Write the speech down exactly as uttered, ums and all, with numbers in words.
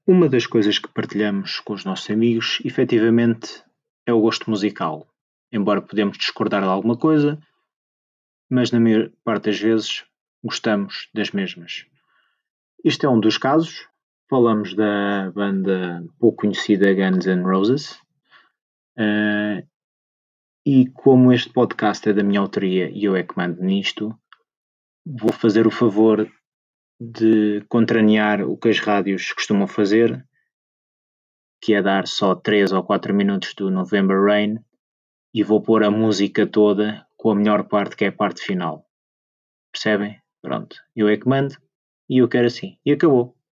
Uma das coisas que partilhamos com os nossos amigos, efetivamente, é o gosto musical. Embora podemos discordar de alguma coisa, mas na maior parte das vezes gostamos das mesmas. Este é um dos casos. Falamos da banda pouco conhecida Guns N' Roses. Uh, e como este podcast é da minha autoria e eu é que mando nisto, vou fazer o favor de contrariar o que as rádios costumam fazer, que é dar só três ou quatro minutos do November Rain, e vou pôr a música toda com a melhor parte, que é a parte final. Percebem? Pronto, eu é que mando e eu quero assim. E acabou.